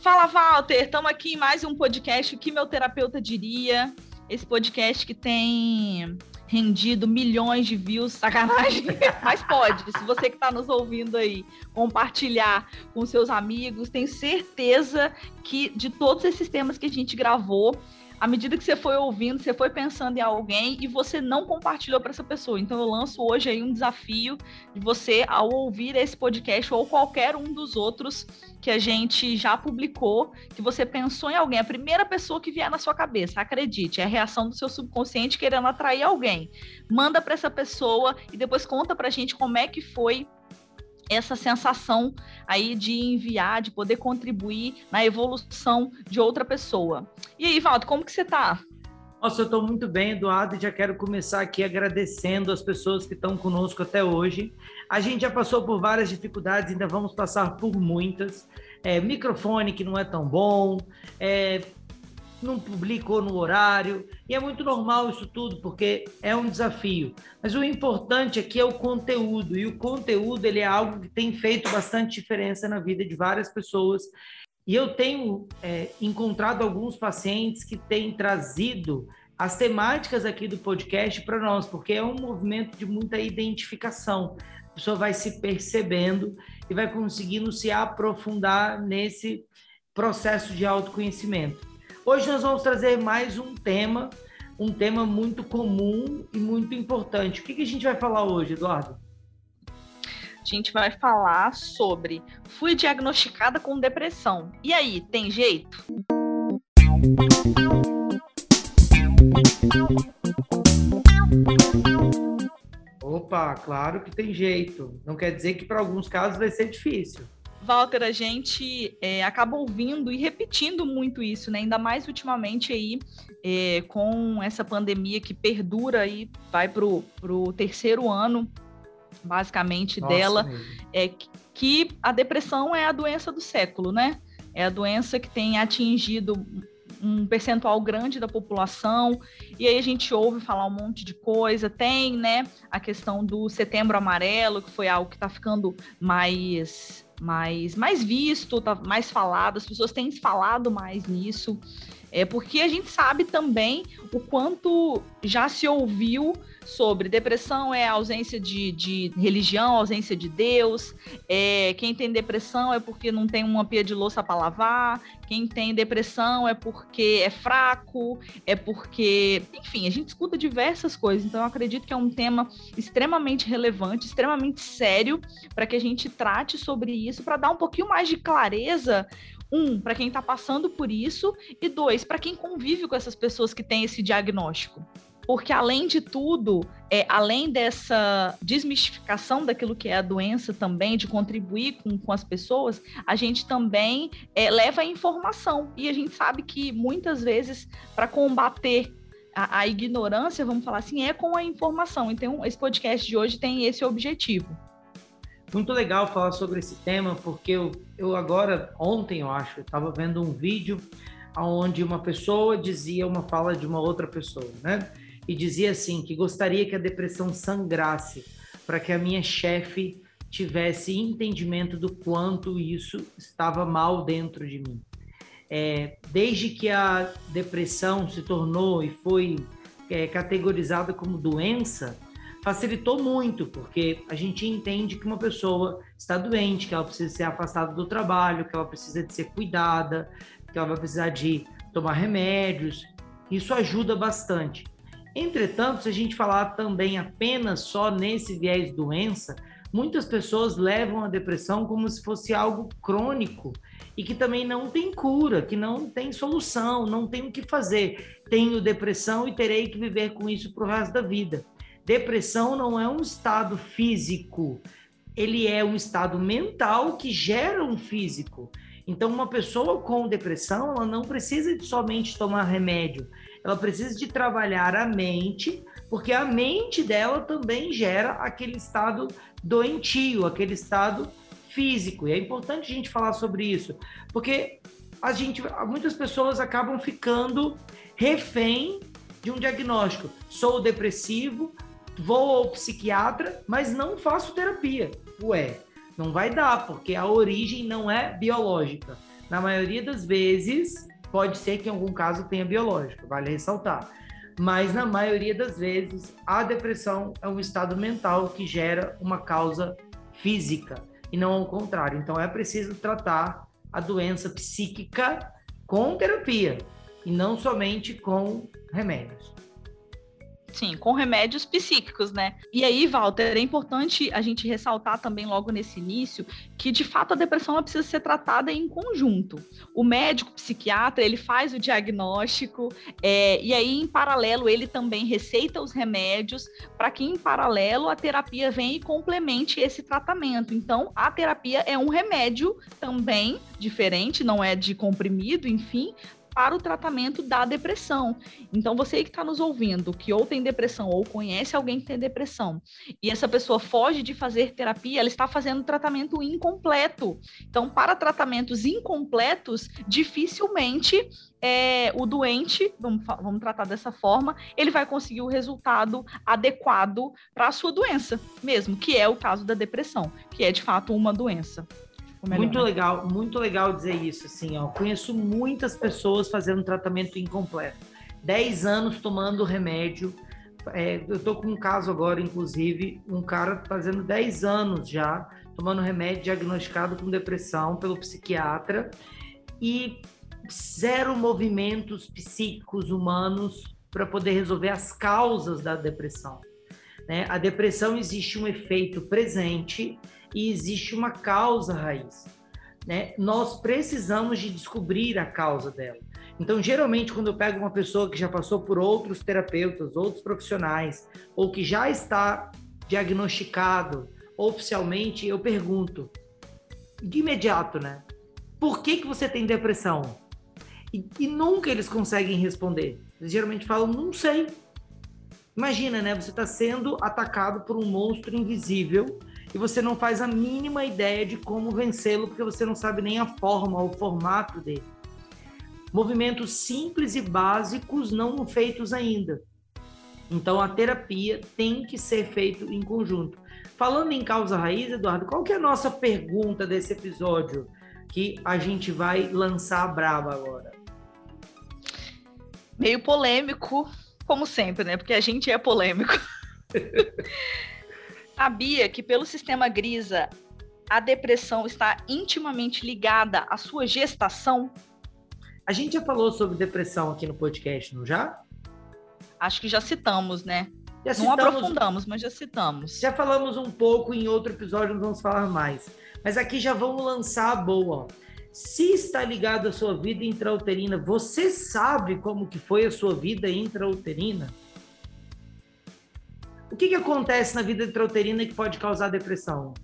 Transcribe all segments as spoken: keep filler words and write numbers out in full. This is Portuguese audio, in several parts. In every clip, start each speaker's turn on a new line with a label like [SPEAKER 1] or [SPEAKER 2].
[SPEAKER 1] Fala, Walter! Estamos aqui em mais um podcast, O que Meu Terapeuta Diria. Esse podcast que tem rendido milhões de views, sacanagem, mas pode. Se você que está nos ouvindo aí, compartilhar com seus amigos, tenho certeza que de todos esses temas que a gente gravou, à medida que você foi ouvindo, você foi pensando em alguém e você não compartilhou para essa pessoa. Então eu lanço hoje aí um desafio de você, ao ouvir esse podcast ou qualquer um dos outros que a gente já publicou, que você pensou em alguém, a primeira pessoa que vier na sua cabeça, acredite, é a reação do seu subconsciente querendo atrair alguém. Manda para essa pessoa e depois conta para a gente como é que foi essa sensação aí de enviar, de poder contribuir na evolução de outra pessoa. E aí, Valdo, como que você tá?
[SPEAKER 2] Nossa, eu estou muito bem, Eduardo, e já quero começar aqui agradecendo as pessoas que estão conosco até hoje. A gente já passou por várias dificuldades, ainda vamos passar por muitas. É, microfone que não é tão bom, é, não publicou no horário, e é muito normal isso tudo, porque é um desafio. Mas o importante aqui é o conteúdo, e o conteúdo ele é algo que tem feito bastante diferença na vida de várias pessoas. E eu tenho é, encontrado alguns pacientes que têm trazido as temáticas aqui do podcast para nós, porque é um movimento de muita identificação. A pessoa vai se percebendo e vai conseguindo se aprofundar nesse processo de autoconhecimento. Hoje nós vamos trazer mais um tema, um tema muito comum e muito importante. O que que a gente vai falar hoje, Eduardo?
[SPEAKER 1] A gente vai falar sobre fui diagnosticada com depressão. E aí, tem jeito?
[SPEAKER 2] Opa, claro que tem jeito. Não quer dizer que para alguns casos vai ser difícil.
[SPEAKER 1] Walter, a gente é, acaba ouvindo e repetindo muito isso, né? Ainda mais ultimamente aí, é, com essa pandemia que perdura e vai para o terceiro ano, basicamente, Nossa, dela, mesmo. é que a depressão é a doença do século, né? É a doença que tem atingido um percentual grande da população, e aí a gente ouve falar um monte de coisa. Tem, né, a questão do Setembro Amarelo, que foi algo que está ficando mais... mais, mais visto, tá mais falado, as pessoas têm falado mais nisso, é porque a gente sabe também o quanto já se ouviu sobre depressão é ausência de, de religião, ausência de Deus, é, quem tem depressão é porque não tem uma pia de louça para lavar, quem tem depressão é porque é fraco, é porque... Enfim, a gente escuta diversas coisas, então eu acredito que é um tema extremamente relevante, extremamente sério, para que a gente trate sobre isso, para dar um pouquinho mais de clareza, um, para quem está passando por isso, e dois, para quem convive com essas pessoas que têm esse diagnóstico. Porque, além de tudo, é, além dessa desmistificação daquilo que é a doença também, de contribuir com, com as pessoas, a gente também é, leva a informação. E a gente sabe que, muitas vezes, para combater a, a ignorância, vamos falar assim, é com a informação. Então, esse podcast de hoje tem esse objetivo.
[SPEAKER 2] Muito legal falar sobre esse tema, porque eu, eu agora, ontem eu acho, eu estava vendo um vídeo onde uma pessoa dizia uma fala de uma outra pessoa, né? E dizia assim, que gostaria que a depressão sangrasse para que a minha chefe tivesse entendimento do quanto isso estava mal dentro de mim. É, desde que a depressão se tornou e foi é, categorizada como doença, facilitou muito, porque a gente entende que uma pessoa está doente, que ela precisa ser afastada do trabalho, que ela precisa de ser cuidada, que ela vai precisar de tomar remédios. Isso ajuda bastante. Entretanto, se a gente falar também apenas só nesse viés doença, muitas pessoas levam a depressão como se fosse algo crônico e que também não tem cura, que não tem solução, não tem o que fazer. Tenho depressão e terei que viver com isso para o resto da vida. Depressão não é um estado físico, ele é um estado mental que gera um físico. Então, uma pessoa com depressão, ela não precisa de somente tomar remédio, ela precisa de trabalhar a mente, porque a mente dela também gera aquele estado doentio, aquele estado físico. E é importante a gente falar sobre isso, porque a gente, muitas pessoas acabam ficando refém de um diagnóstico. Sou depressivo, vou ao psiquiatra, mas não faço terapia. Ué, não vai dar, porque a origem não é biológica. Na maioria das vezes, pode ser que em algum caso tenha biológico, vale ressaltar. Mas na maioria das vezes, a depressão é um estado mental que gera uma causa física e não ao contrário. Então é preciso tratar a doença psíquica com terapia e não somente com remédios.
[SPEAKER 1] Sim, com remédios psíquicos, né? E aí, Walter, é importante a gente ressaltar também logo nesse início que, de fato, a depressão ela precisa ser tratada em conjunto. O médico psiquiatra, ele faz o diagnóstico é, e aí, em paralelo, ele também receita os remédios para que, em paralelo, a terapia venha e complemente esse tratamento. Então, a terapia é um remédio também diferente, não é de comprimido, enfim, para o tratamento da depressão. Então, você que está nos ouvindo, que ou tem depressão ou conhece alguém que tem depressão, e essa pessoa foge de fazer terapia, ela está fazendo tratamento incompleto. Então, para tratamentos incompletos, dificilmente é, o doente, vamos, vamos tratar dessa forma, ele vai conseguir o resultado adequado para a sua doença mesmo, que é o caso da depressão, que é, de fato, uma doença. Melhor,
[SPEAKER 2] muito
[SPEAKER 1] né?
[SPEAKER 2] legal, muito legal dizer isso, assim, ó. Conheço muitas pessoas fazendo tratamento incompleto. Dez anos tomando remédio. É, eu tô com um caso agora, inclusive, um cara fazendo dez anos já, tomando remédio diagnosticado com depressão pelo psiquiatra e zero movimentos psíquicos humanos para poder resolver as causas da depressão, né? A depressão existe um efeito presente e existe uma causa raiz, né? Nós precisamos de descobrir a causa dela. Então, geralmente, quando eu pego uma pessoa que já passou por outros terapeutas, outros profissionais, ou que já está diagnosticado oficialmente, eu pergunto, de imediato, né? Por que que você tem depressão? E, e nunca eles conseguem responder. Eles geralmente falam, não sei. Imagina, né? Você está sendo atacado por um monstro invisível e você não faz a mínima ideia de como vencê-lo, porque você não sabe nem a forma, o formato dele. Movimentos simples e básicos não feitos ainda. Então, a terapia tem que ser feita em conjunto. Falando em causa raiz, Eduardo, qual que é a nossa pergunta desse episódio que a gente vai lançar a braba agora?
[SPEAKER 1] Meio polêmico, como sempre, né? Porque a gente é polêmico. Sabia que pelo sistema Grisa, a depressão está intimamente ligada à sua gestação?
[SPEAKER 2] A gente já falou sobre depressão aqui no podcast, não já?
[SPEAKER 1] Acho que já citamos, né?
[SPEAKER 2] Já
[SPEAKER 1] não
[SPEAKER 2] citamos,
[SPEAKER 1] aprofundamos, mas já citamos.
[SPEAKER 2] Já falamos um pouco, em outro episódio nós vamos falar mais. Mas aqui já vamos lançar a boa. Se está ligado à sua vida intrauterina, você sabe como que foi a sua vida intrauterina? O que que acontece na vida intrauterina que pode causar depressão?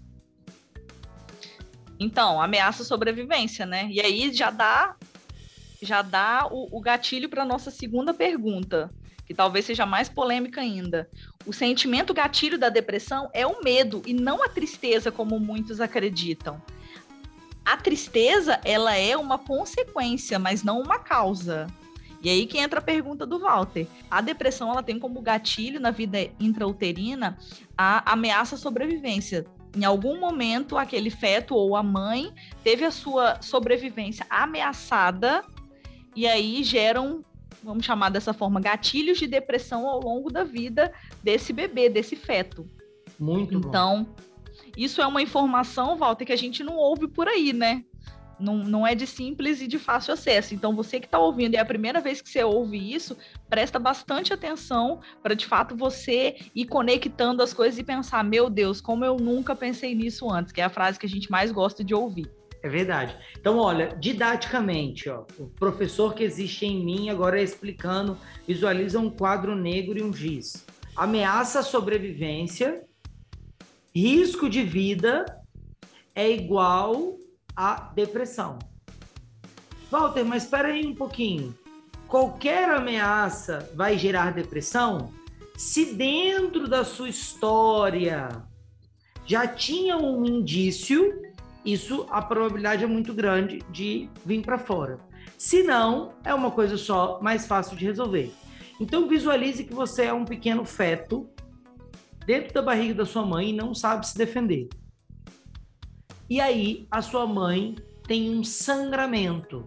[SPEAKER 1] Então, ameaça à sobrevivência, né? E aí já dá, já dá o, o gatilho para a nossa segunda pergunta, que talvez seja mais polêmica ainda. O sentimento gatilho da depressão é o medo e não a tristeza, como muitos acreditam. A tristeza, ela é uma consequência, mas não uma causa. E aí que entra a pergunta do Walter. A depressão, ela tem como gatilho na vida intrauterina a ameaça à sobrevivência. Em algum momento, aquele feto ou a mãe teve a sua sobrevivência ameaçada e aí geram, vamos chamar dessa forma, gatilhos de depressão ao longo da vida desse bebê, desse feto.
[SPEAKER 2] Muito bom.
[SPEAKER 1] Então, isso é uma informação, Walter, que a gente não ouve por aí, né? Não, não é de simples e de fácil acesso. Então, você que está ouvindo, é a primeira vez que você ouve isso, presta bastante atenção para, de fato, você ir conectando as coisas e pensar, meu Deus, como eu nunca pensei nisso antes, que é a frase que a gente mais gosta de ouvir.
[SPEAKER 2] É verdade. Então, olha, didaticamente, ó, o professor que existe em mim agora é explicando, visualiza um quadro negro e um giz. Ameaça à sobrevivência, risco de vida é igual a depressão. Walter, mas espera aí um pouquinho. Qualquer ameaça vai gerar depressão? Se dentro da sua história já tinha um indício, isso a probabilidade é muito grande de vir para fora. Se não, é uma coisa só, mais fácil de resolver. Então visualize que você é um pequeno feto dentro da barriga da sua mãe e não sabe se defender. E aí, a sua mãe tem um sangramento.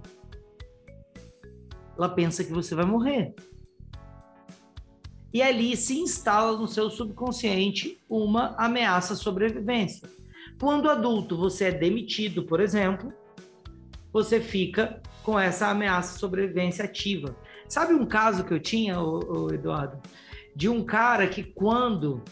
[SPEAKER 2] Ela pensa que você vai morrer. E ali se instala no seu subconsciente uma ameaça à sobrevivência. Quando adulto você é demitido, por exemplo, você fica com essa ameaça à sobrevivência ativa. Sabe um caso que eu tinha, ô, ô Eduardo? De um cara que quando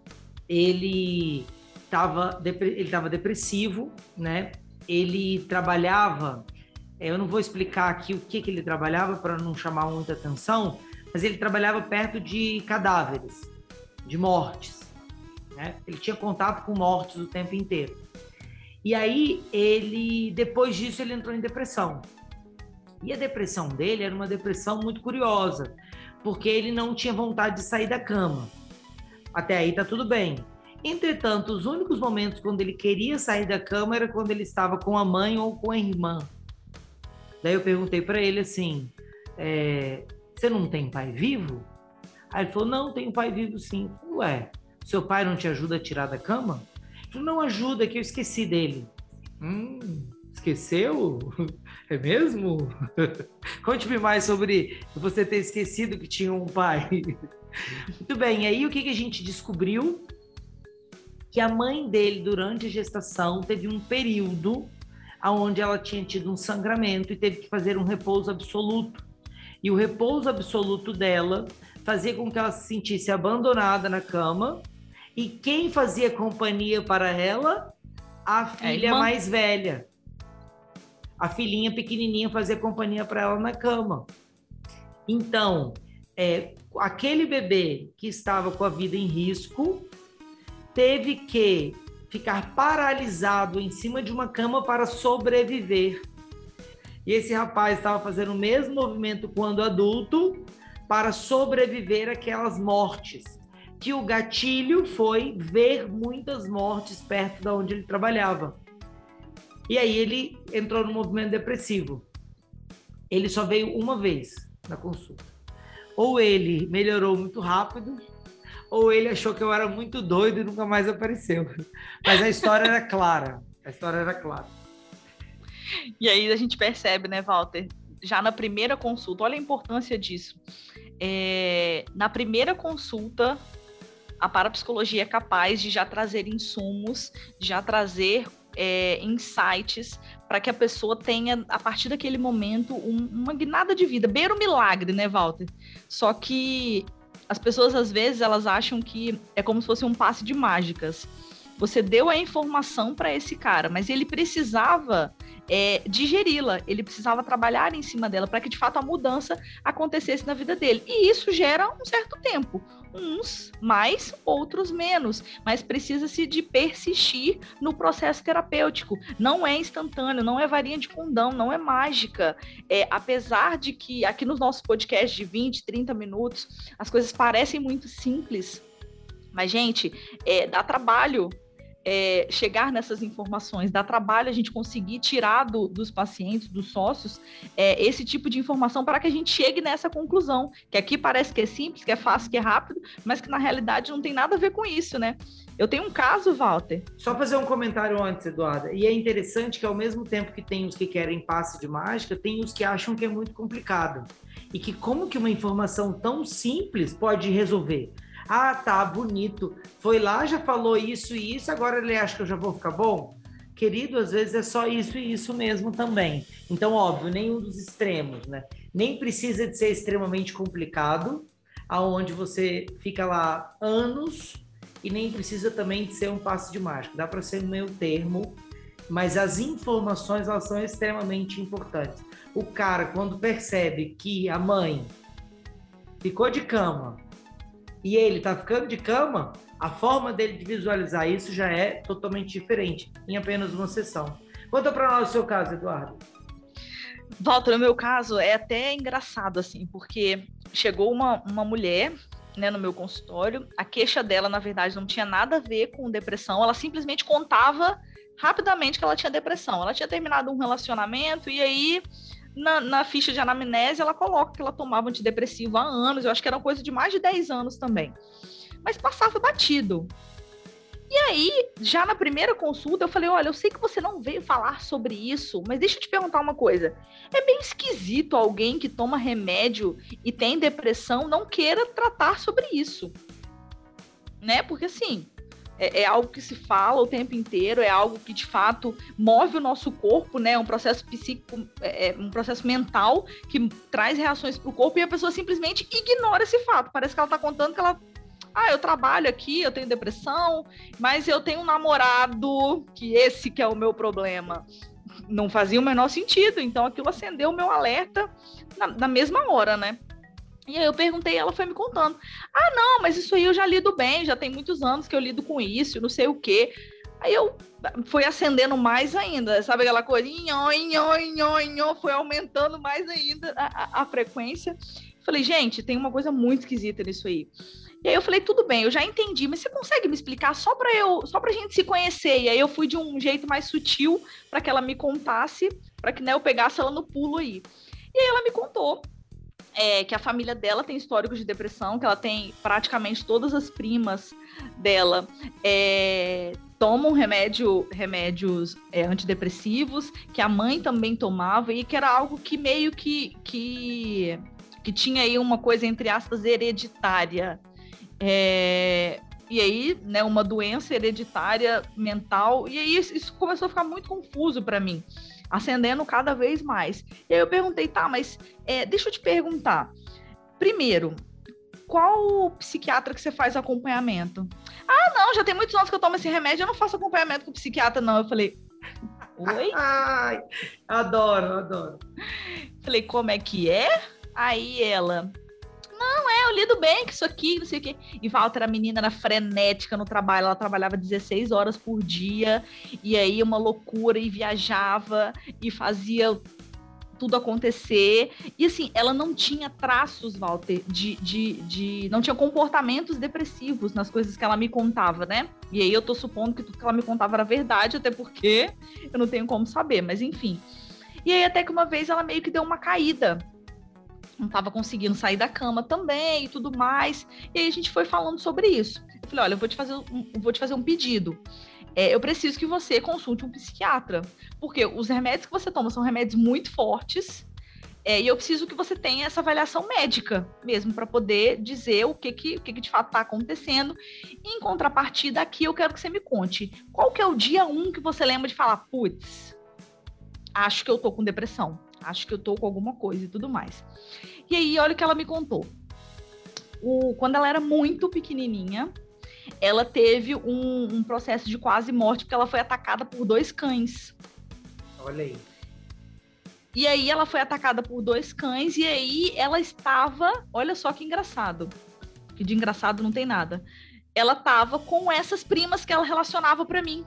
[SPEAKER 2] ele estava ele tava depressivo, né? Ele trabalhava, eu não vou explicar aqui o que, que ele trabalhava para não chamar muita atenção, mas ele trabalhava perto de cadáveres, de mortes, né? Ele tinha contato com mortes o tempo inteiro. E aí, ele, depois disso, ele entrou em depressão. E a depressão dele era uma depressão muito curiosa, porque ele não tinha vontade de sair da cama. Até aí tá tudo bem. Entretanto, os únicos momentos quando ele queria sair da cama era quando ele estava com a mãe ou com a irmã. Daí eu perguntei para ele assim, é, você não tem pai vivo? Aí ele falou, não, tenho pai vivo sim. Ué, seu pai não te ajuda a tirar da cama? Ele falou, não ajuda, que eu esqueci dele. Hum, esqueceu? É mesmo? Conte-me mais sobre você ter esquecido que tinha um pai. Muito bem, e aí o que, que a gente descobriu? Que a mãe dele, durante a gestação, teve um período onde ela tinha tido um sangramento e teve que fazer um repouso absoluto. E o repouso absoluto dela fazia com que ela se sentisse abandonada na cama. E quem fazia companhia para ela? A filha mais velha. A filhinha pequenininha fazia companhia para ela na cama. Então, é, aquele bebê que estava com a vida em risco teve que ficar paralisado em cima de uma cama para sobreviver. E esse rapaz estava fazendo o mesmo movimento quando adulto para sobreviver àquelas mortes. Que o gatilho foi ver muitas mortes perto de onde ele trabalhava. E aí ele entrou no movimento depressivo. Ele só veio uma vez na consulta. Ou ele melhorou muito rápido, ou ele achou que eu era muito doido e nunca mais apareceu. Mas a história era clara. A história era clara.
[SPEAKER 1] E aí a gente percebe, né, Walter? Já na primeira consulta, olha a importância disso. É, na primeira consulta, a parapsicologia é capaz de já trazer insumos, de já trazer é, insights para que a pessoa tenha, a partir daquele momento, um, uma guinada de vida. Beira o milagre, né, Walter? Só que as pessoas, às vezes, elas acham que é como se fosse um passe de mágicas. Você deu a informação para esse cara, mas ele precisava é, digeri-la, ele precisava trabalhar em cima dela para que, de fato, a mudança acontecesse na vida dele. E isso gera um certo tempo. Uns mais, outros menos. Mas precisa-se de persistir no processo terapêutico. Não é instantâneo, não é varinha de condão, não é mágica. É, apesar de que aqui nos nossos podcasts de vinte, trinta minutos, as coisas parecem muito simples. Mas, gente, é, dá trabalho é, chegar nessas informações, dá trabalho a gente conseguir tirar do, dos pacientes, dos sócios, é, esse tipo de informação para que a gente chegue nessa conclusão, que aqui parece que é simples, que é fácil, que é rápido, mas que na realidade não tem nada a ver com isso, né? Eu tenho um caso, Walter.
[SPEAKER 2] Só fazer um comentário antes, Eduarda. E é interessante que ao mesmo tempo que tem os que querem passe de mágica, tem os que acham que é muito complicado. E que como que uma informação tão simples pode resolver? Ah, tá, bonito. Foi lá, já falou isso e isso, agora ele acha que eu já vou ficar bom? Querido, às vezes é só isso e isso mesmo também. Então, óbvio, nenhum dos extremos, né? Nem precisa de ser extremamente complicado, aonde você fica lá anos, e nem precisa também de ser um passe de mágica. Dá para ser um meio termo, mas as informações, elas são extremamente importantes. O cara, quando percebe que a mãe ficou de cama, e ele tá ficando de cama, a forma dele de visualizar isso já é totalmente diferente, em apenas uma sessão. Conta para nós o seu caso, Eduardo.
[SPEAKER 1] Walter, no meu caso, é até engraçado, assim, porque chegou uma, uma mulher, né, no meu consultório, a queixa dela, na verdade, não tinha nada a ver com depressão, ela simplesmente contava rapidamente que ela tinha depressão. Ela tinha terminado um relacionamento e aí... Na, na ficha de anamnese, ela coloca que ela tomava antidepressivo há anos, eu acho que era uma coisa de mais de dez anos também. Mas passava batido. E aí, já na primeira consulta, eu falei, olha, eu sei que você não veio falar sobre isso, mas deixa eu te perguntar uma coisa. É bem esquisito alguém que toma remédio e tem depressão não queira tratar sobre isso, né? Porque, assim, é, é algo que se fala o tempo inteiro, é algo que, de fato, move o nosso corpo, né? É um processo psíquico, é, é um processo mental que traz reações para o corpo e a pessoa simplesmente ignora esse fato. Parece que ela está contando que ela... Ah, eu trabalho aqui, eu tenho depressão, mas eu tenho um namorado, que esse que é o meu problema. Não fazia o menor sentido, então aquilo acendeu o meu alerta na, na mesma hora, né? E aí eu perguntei, ela foi me contando. Ah, não, mas isso aí eu já lido bem, já tem muitos anos que eu lido com isso, não sei o quê. Aí eu fui acendendo mais ainda, sabe aquela coisa? Inho, inho, inho, inho, foi aumentando mais ainda a, a, a frequência. Falei, gente, tem uma coisa muito esquisita nisso aí. E aí eu falei, tudo bem, eu já entendi, mas você consegue me explicar só para eu, só pra gente se conhecer? E aí eu fui de um jeito mais sutil para que ela me contasse, para que, né, eu pegasse ela no pulo aí. E aí ela me contou é, que a família dela tem histórico de depressão, que ela tem praticamente todas as primas dela é, tomam remédio, remédios é, antidepressivos, que a mãe também tomava e que era algo que meio que, que, que tinha aí uma coisa, entre aspas, hereditária. É, e aí, né, uma doença hereditária mental, e aí isso, isso começou a ficar muito confuso para mim, acendendo cada vez mais. E aí eu perguntei, tá, mas é, deixa eu te perguntar, primeiro, qual psiquiatra que você faz acompanhamento? Ah, não, já tem muitos anos que eu tomo esse remédio, eu não faço acompanhamento com psiquiatra, não. Eu falei, oi?
[SPEAKER 2] Ai, adoro, adoro.
[SPEAKER 1] Falei, como é que é? Aí ela... Não, é, eu lido bem com isso aqui, não sei o quê. E Walter, a menina era frenética no trabalho, ela trabalhava dezesseis horas por dia, e aí uma loucura, e viajava, e fazia tudo acontecer. E assim, ela não tinha traços, Walter, de, de, de... não tinha comportamentos depressivos nas coisas que ela me contava, né? E aí eu tô supondo que tudo que ela me contava era verdade, até porque eu não tenho como saber, mas enfim. E aí até que uma vez ela meio que deu uma caída, não estava conseguindo sair da cama também e tudo mais. E aí a gente foi falando sobre isso. Eu falei, olha, eu vou te fazer um, vou te fazer um pedido. É, eu preciso que você consulte um psiquiatra, porque os remédios que você toma são remédios muito fortes, é, e eu preciso que você tenha essa avaliação médica mesmo, para poder dizer o que, que, o que, que de fato está acontecendo. E, em contrapartida, aqui eu quero que você me conte, qual que é o dia um que você lembra de falar, putz, acho que eu tô com depressão, acho que eu tô com alguma coisa e tudo mais. E aí, olha o que ela me contou. O, quando ela era muito pequenininha, ela teve um, um processo de quase morte, porque ela foi atacada por dois cães.
[SPEAKER 2] Olha aí.
[SPEAKER 1] E aí, ela foi atacada por dois cães, e aí ela estava... Olha só que engraçado. Que de engraçado não tem nada. Ela estava com essas primas que ela relacionava para mim.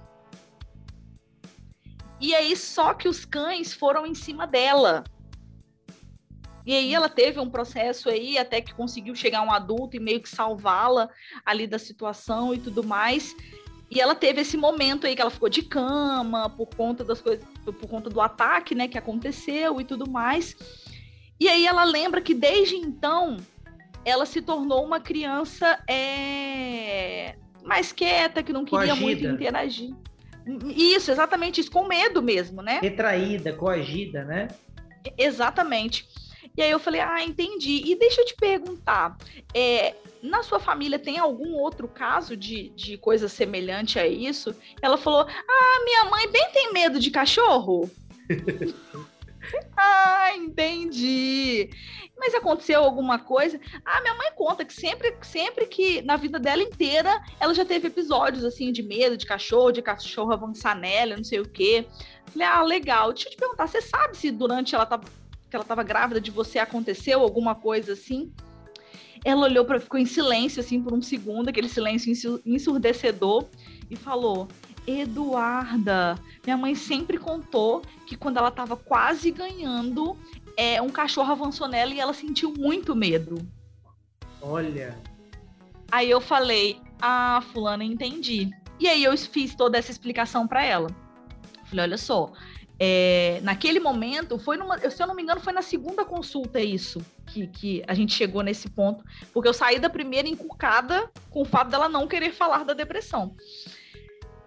[SPEAKER 1] E aí, só que os cães foram em cima dela. E aí ela teve um processo aí, até que conseguiu chegar um adulto e meio que salvá-la ali da situação e tudo mais. E ela teve esse momento aí que ela ficou de cama por conta das coisas, por conta do ataque, né, que aconteceu e tudo mais. E aí ela lembra que desde então ela se tornou uma criança é, mais quieta, que não queria coagida. Muito interagir. Isso, exatamente isso, com medo mesmo, né?
[SPEAKER 2] Retraída, coagida, né?
[SPEAKER 1] Exatamente. E aí eu falei, ah, entendi. E deixa eu te perguntar, é, na sua família tem algum outro caso de, de coisa semelhante a isso? Ela falou, ah, minha mãe bem tem medo de cachorro. Ah, entendi. Mas aconteceu alguma coisa? Ah, minha mãe conta que sempre, sempre que, na vida dela inteira, ela já teve episódios, assim, de medo de cachorro, de cachorro avançar nela, não sei o quê. Falei, ah, legal. Deixa eu te perguntar, você sabe se durante ela tava, que ela estava grávida de você aconteceu alguma coisa assim? Ela olhou para, ficou em silêncio, assim, por um segundo, aquele silêncio ensurdecedor, e falou... Eduarda, minha mãe sempre contou que quando ela estava quase ganhando, é, um cachorro avançou nela e ela sentiu muito medo.
[SPEAKER 2] Olha.
[SPEAKER 1] Aí eu falei, ah, fulana, entendi. E aí eu fiz toda essa explicação para ela. Falei, olha só, é, naquele momento, foi numa, se eu não me engano, foi na segunda consulta isso, que, que a gente chegou nesse ponto, porque eu saí da primeira encucada com o fato dela não querer falar da depressão.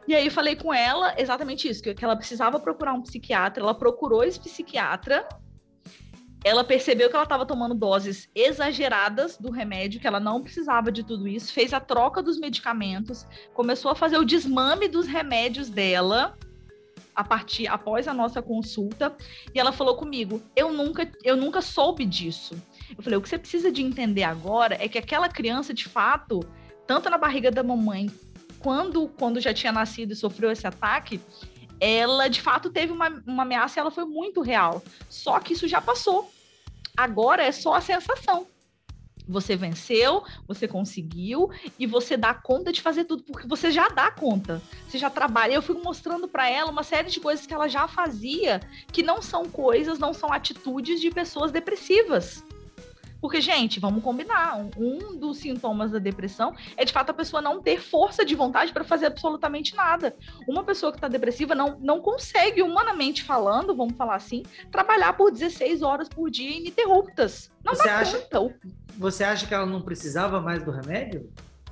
[SPEAKER 1] E aí falei com ela exatamente isso, que ela precisava procurar um psiquiatra, ela procurou esse psiquiatra, ela percebeu que ela estava tomando doses exageradas do remédio, que ela não precisava de tudo isso, fez a troca dos medicamentos, começou a fazer o desmame dos remédios dela, a partir, após a nossa consulta, e ela falou comigo, eu nunca, eu nunca soube disso. Eu falei, o que você precisa de entender agora é que aquela criança, de fato, tanto na barriga da mamãe, quando, quando já tinha nascido e sofreu esse ataque, ela, de fato, teve uma, uma ameaça e ela foi muito real. Só que isso já passou. Agora é só a sensação. Você venceu, você conseguiu e você dá conta de fazer tudo, porque você já dá conta. Você já trabalha. Eu fui mostrando para ela uma série de coisas que ela já fazia, que não são coisas, não são atitudes de pessoas depressivas. Porque, gente, vamos combinar, um dos sintomas da depressão é, de fato, a pessoa não ter força de vontade para fazer absolutamente nada. Uma pessoa que está depressiva não, não consegue, humanamente falando, vamos falar assim, trabalhar por dezesseis horas por dia ininterruptas. Não
[SPEAKER 2] você
[SPEAKER 1] dá
[SPEAKER 2] acha,
[SPEAKER 1] conta.
[SPEAKER 2] Você acha que ela não precisava mais do remédio?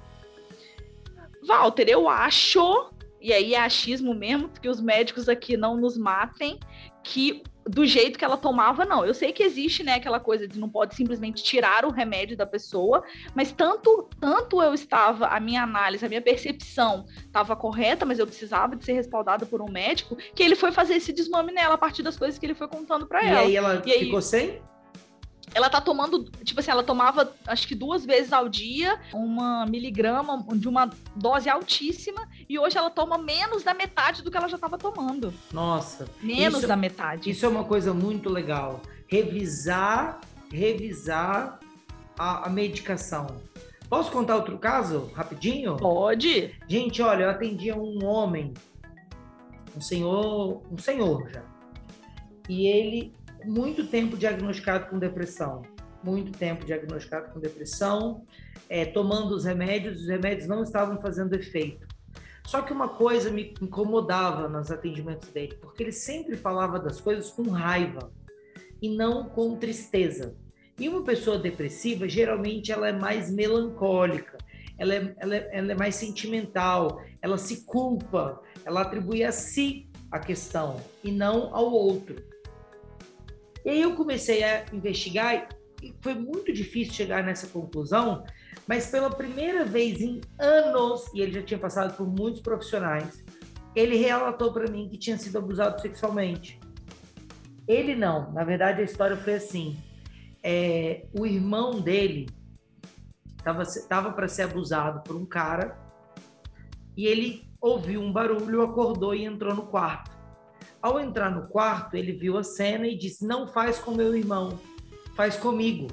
[SPEAKER 1] Walter, eu acho, e aí é achismo mesmo, que os médicos aqui não nos matem, que do jeito que ela tomava, não. Eu sei que existe, né, aquela coisa de não pode simplesmente tirar o remédio da pessoa, mas tanto, tanto eu estava, a minha análise, a minha percepção estava correta, mas eu precisava de ser respaldada por um médico, que ele foi fazer esse desmame nela a partir das coisas que ele foi contando para ela.
[SPEAKER 2] E aí ela e ficou aí... sem?
[SPEAKER 1] Ela tá tomando, tipo assim, ela tomava acho que duas vezes ao dia, uma miligrama de uma dose altíssima, e hoje ela toma menos da metade do que ela já estava tomando.
[SPEAKER 2] Nossa.
[SPEAKER 1] Menos
[SPEAKER 2] isso,
[SPEAKER 1] da metade.
[SPEAKER 2] Isso é uma coisa muito legal. Revisar, revisar a, a medicação. Posso contar outro caso, rapidinho?
[SPEAKER 1] Pode.
[SPEAKER 2] Gente, olha, eu atendia um homem, um senhor, um senhor já, e ele... muito tempo diagnosticado com depressão, muito tempo diagnosticado com depressão, é, tomando os remédios, os remédios não estavam fazendo efeito. Só que uma coisa me incomodava nos atendimentos dele, porque ele sempre falava das coisas com raiva e não com tristeza. E uma pessoa depressiva, geralmente, ela é mais melancólica, ela é, ela é, ela é mais sentimental, ela se culpa, ela atribui a si a questão e não ao outro. E aí eu comecei a investigar e foi muito difícil chegar nessa conclusão, mas pela primeira vez em anos, e ele já tinha passado por muitos profissionais, ele relatou para mim que tinha sido abusado sexualmente. Ele não, na verdade a história foi assim, é, o irmão dele estava para ser abusado por um cara e ele ouviu um barulho, acordou e entrou no quarto. Ao entrar no quarto, ele viu a cena e disse, não faz com meu irmão, faz comigo.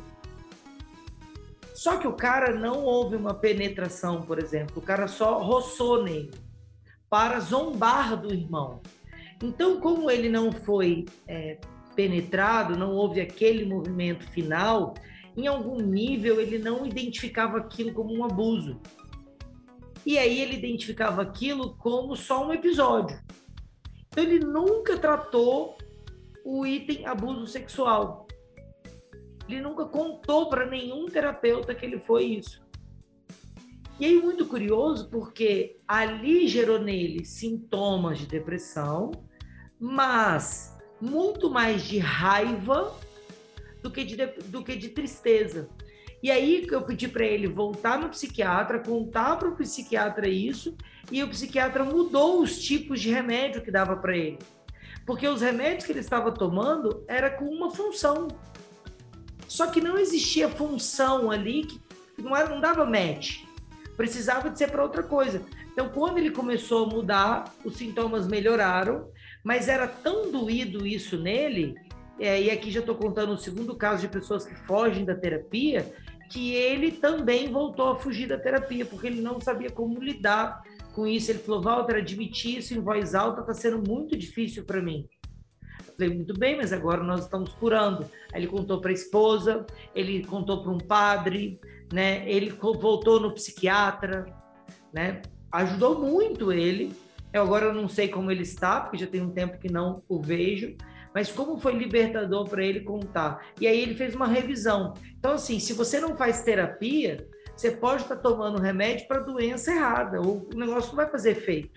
[SPEAKER 2] Só que o cara não houve uma penetração, por exemplo, o cara só roçou nele, para zombar do irmão. Então, como ele não foi é, penetrado, não houve aquele movimento final, em algum nível ele não identificava aquilo como um abuso. E aí ele identificava aquilo como só um episódio. Então, ele nunca tratou o item abuso sexual. Ele nunca contou para nenhum terapeuta que ele foi isso. E aí, muito curioso, porque ali gerou nele sintomas de depressão, mas muito mais de raiva do que de, do que de tristeza. E aí eu pedi para ele voltar no psiquiatra, contar para o psiquiatra isso, e o psiquiatra mudou os tipos de remédio que dava para ele. Porque os remédios que ele estava tomando era com uma função. Só que não existia função ali, que não, era, não dava match. Precisava de ser para outra coisa. Então, quando ele começou a mudar, os sintomas melhoraram, mas era tão doído isso nele, é, e aqui já estou contando o segundo caso de pessoas que fogem da terapia, que ele também voltou a fugir da terapia, porque ele não sabia como lidar com isso. Ele falou, Walter, admitir isso em voz alta está sendo muito difícil para mim. Eu falei, muito bem, mas agora nós estamos curando. Aí ele contou para a esposa, ele contou para um padre, né? Ele voltou no psiquiatra, né? Ajudou muito ele. Eu agora não sei como ele está, porque já tem um tempo que não o vejo, mas como foi libertador para ele contar. E aí ele fez uma revisão. Então, assim, se você não faz terapia, você pode estar tomando remédio para a doença errada, ou o negócio não vai fazer efeito.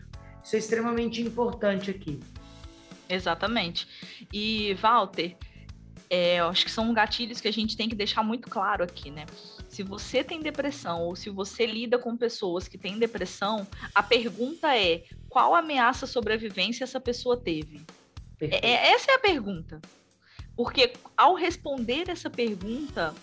[SPEAKER 2] Isso é extremamente importante aqui.
[SPEAKER 1] Exatamente. E, Walter, é, eu acho que são gatilhos que a gente tem que deixar muito claro aqui, né? Se você tem depressão ou se você lida com pessoas que têm depressão, a pergunta é: qual ameaça à sobrevivência essa pessoa teve? É, essa é a pergunta. Porque ao responder essa pergunta,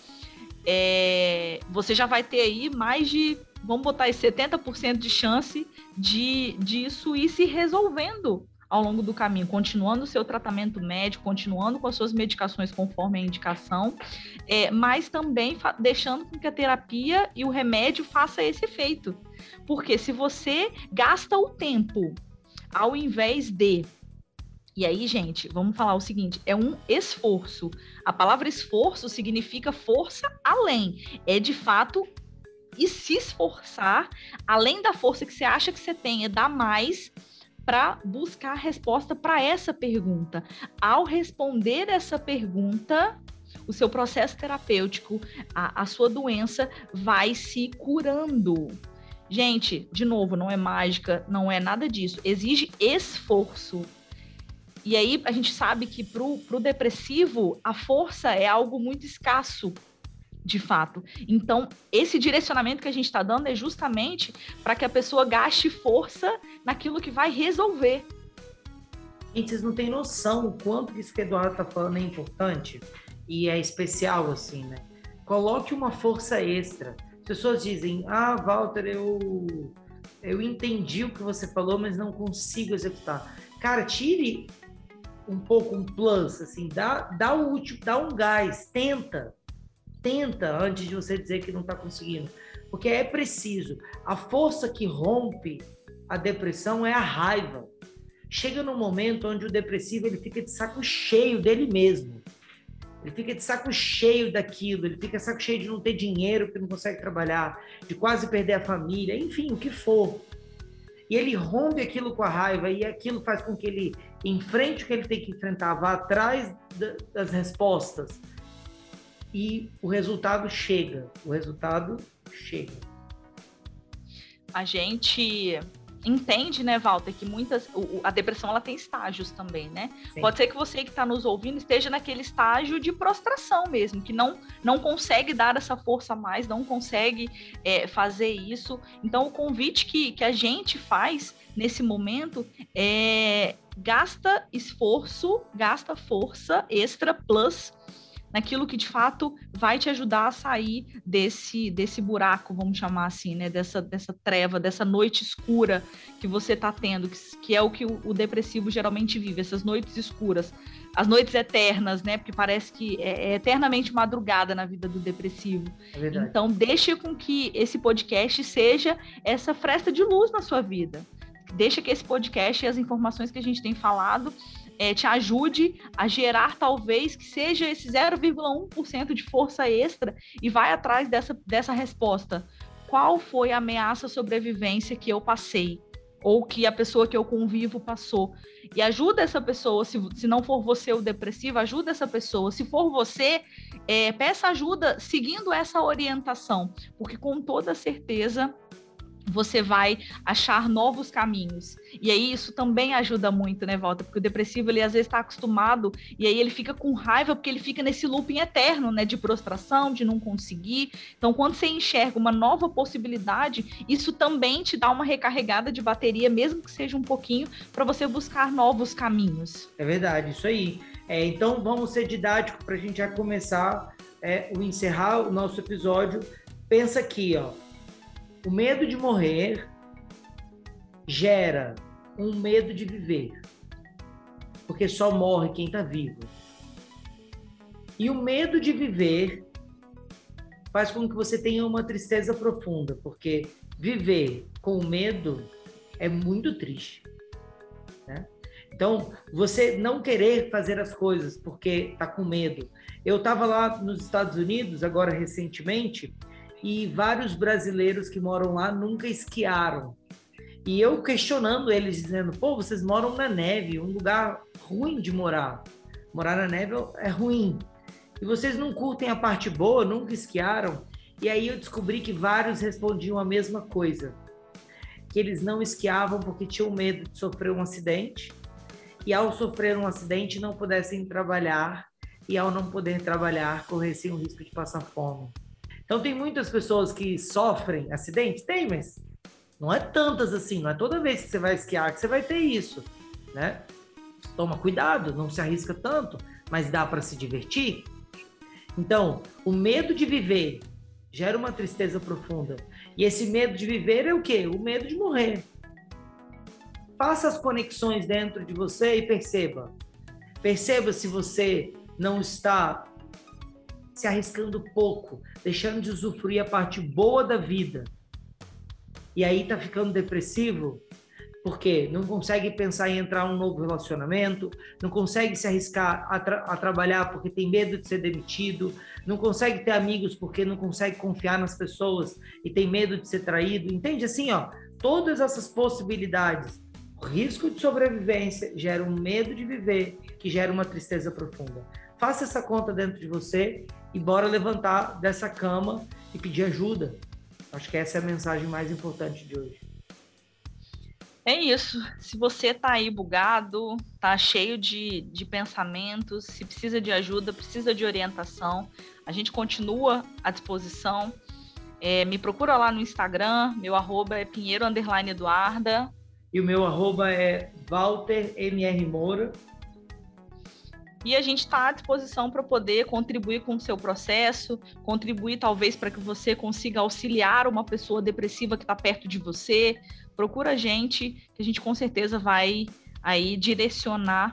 [SPEAKER 1] é, você já vai ter aí mais de, vamos botar aí, setenta por cento de chance de disso ir se resolvendo ao longo do caminho, continuando o seu tratamento médico, continuando com as suas medicações conforme a indicação, é, mas também deixando com que a terapia e o remédio faça esse efeito. Porque se você gasta o tempo ao invés de... E aí, gente, vamos falar o seguinte, é um esforço. A palavra esforço significa força além. É, de fato, e se esforçar, além da força que você acha que você tem, é dar mais para buscar a resposta para essa pergunta. Ao responder essa pergunta, o seu processo terapêutico, a, a sua doença vai se curando. Gente, de novo, não é mágica, não é nada disso. Exige esforço. E aí a gente sabe que para o depressivo, a força é algo muito escasso, de fato. Então, esse direcionamento que a gente está dando é justamente para que a pessoa gaste força naquilo que vai resolver.
[SPEAKER 2] Gente, vocês não têm noção o quanto isso que a Eduarda está falando é importante e é especial, assim, né? Coloque uma força extra. As pessoas dizem, ah, Walter, eu, eu entendi o que você falou, mas não consigo executar. Cara, tire um pouco um plus, assim, dá, dá o último, dá um gás, tenta. Tenta antes de você dizer que não está conseguindo. Porque é preciso. A força que rompe a depressão é a raiva. Chega num momento onde o depressivo ele fica de saco cheio dele mesmo. Ele fica de saco cheio daquilo. Ele fica de saco cheio de não ter dinheiro, porque não consegue trabalhar, de quase perder a família, enfim, o que for. E ele rompe aquilo com a raiva e aquilo faz com que ele enfrente o que ele tem que enfrentar, vá atrás das respostas. E o resultado chega, o resultado chega.
[SPEAKER 1] A gente entende, né, Walter, que muitas, a depressão ela tem estágios também, né? Sim. Pode ser que você que está nos ouvindo esteja naquele estágio de prostração mesmo, que não, não consegue dar essa força a mais, não consegue é, fazer isso. Então, o convite que, que a gente faz nesse momento é gasta esforço, gasta força extra plus naquilo que de fato vai te ajudar a sair desse, desse buraco, vamos chamar assim, né? Dessa, dessa treva, dessa noite escura que você está tendo, que, que é o que o, o depressivo geralmente vive, essas noites escuras, as noites eternas, né? Porque parece que é, é eternamente madrugada na vida do depressivo. É então, deixe com que esse podcast seja essa fresta de luz na sua vida. Deixa que esse podcast e as informações que a gente tem falado É, te ajude a gerar, talvez, que seja esse zero vírgula um por cento de força extra e vai atrás dessa, dessa resposta. Qual foi a ameaça à sobrevivência que eu passei? Ou que a pessoa que eu convivo passou? E ajuda essa pessoa, se, se não for você o depressivo, ajuda essa pessoa. Se for você, é, peça ajuda seguindo essa orientação, porque com toda certeza você vai achar novos caminhos. E aí isso também ajuda muito, né, Walter? Porque o depressivo, ele às vezes está acostumado e aí ele fica com raiva porque ele fica nesse looping eterno, né, de prostração, de não conseguir. Então, quando você enxerga uma nova possibilidade, isso também te dá uma recarregada de bateria, mesmo que seja um pouquinho, para você buscar novos caminhos.
[SPEAKER 2] É verdade, isso aí. É, então, vamos ser didáticos para a gente já começar é, o encerrar o nosso episódio. Pensa aqui, ó. O medo de morrer gera um medo de viver, porque só morre quem está vivo. E o medo de viver faz com que você tenha uma tristeza profunda, porque viver com medo é muito triste, né? Então, você não querer fazer as coisas porque está com medo. Eu estava lá nos Estados Unidos, agora recentemente, e vários brasileiros que moram lá nunca esquiaram. E eu questionando eles, dizendo, pô, vocês moram na neve, um lugar ruim de morar. Morar na neve é ruim. E vocês não curtem a parte boa, nunca esquiaram? E aí eu descobri que vários respondiam a mesma coisa. que eles não esquiavam porque tinham medo de sofrer um acidente, e ao sofrer um acidente não pudessem trabalhar, e ao não poder trabalhar corressem o risco de passar fome. Então tem muitas pessoas que sofrem acidente? Tem, mas não é tantas assim, não é toda vez que você vai esquiar que você vai ter isso, né? Toma cuidado, não se arrisca tanto, mas dá para se divertir. Então, o medo de viver gera uma tristeza profunda. E esse medo de viver é o quê? O medo de morrer. Faça as conexões dentro de você e perceba. Perceba se você não está se arriscando pouco, deixando de usufruir a parte boa da vida. E aí está ficando depressivo, porque não consegue pensar em entrar em um novo relacionamento, não consegue se arriscar a, tra- a trabalhar porque tem medo de ser demitido, não consegue ter amigos porque não consegue confiar nas pessoas e tem medo de ser traído. Entende? Assim, ó, todas essas possibilidades. O risco de sobrevivência gera um medo de viver, que gera uma tristeza profunda. Faça essa conta dentro de você e bora levantar dessa cama e pedir ajuda. Acho que essa é a mensagem mais importante de hoje.
[SPEAKER 1] É isso. Se você tá aí bugado, tá cheio de, de pensamentos, se precisa de ajuda, precisa de orientação, a gente continua à disposição. É, me procura lá no Instagram, meu arroba é pinheiro underline eduarda.
[SPEAKER 2] E o meu arroba é Walter M R Moura.
[SPEAKER 1] E a gente está à disposição para poder contribuir com o seu processo, contribuir talvez para que você consiga auxiliar uma pessoa depressiva que está perto de você. Procura a gente, que a gente com certeza vai aí direcionar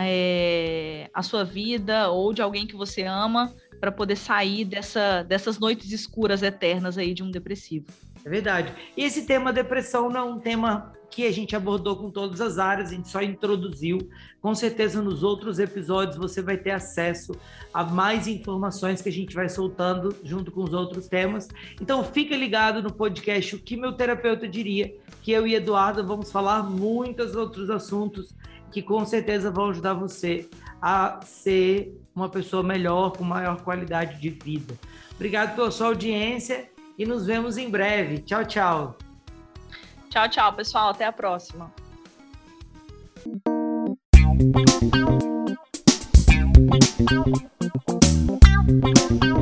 [SPEAKER 1] é, a sua vida ou de alguém que você ama para poder sair dessa, dessas noites escuras eternas aí de um depressivo.
[SPEAKER 2] É verdade. E esse tema depressão não é um tema que a gente abordou com todas as áreas, a gente só introduziu. Com certeza nos outros episódios você vai ter acesso a mais informações que a gente vai soltando junto com os outros temas. Então fica ligado no podcast O Que Meu Terapeuta Diria, que eu e Eduardo vamos falar muitos outros assuntos que com certeza vão ajudar você a ser uma pessoa melhor, com maior qualidade de vida. Obrigado pela sua audiência e nos vemos em breve. Tchau, tchau.
[SPEAKER 1] Tchau, tchau, pessoal. Até a próxima. Thank you.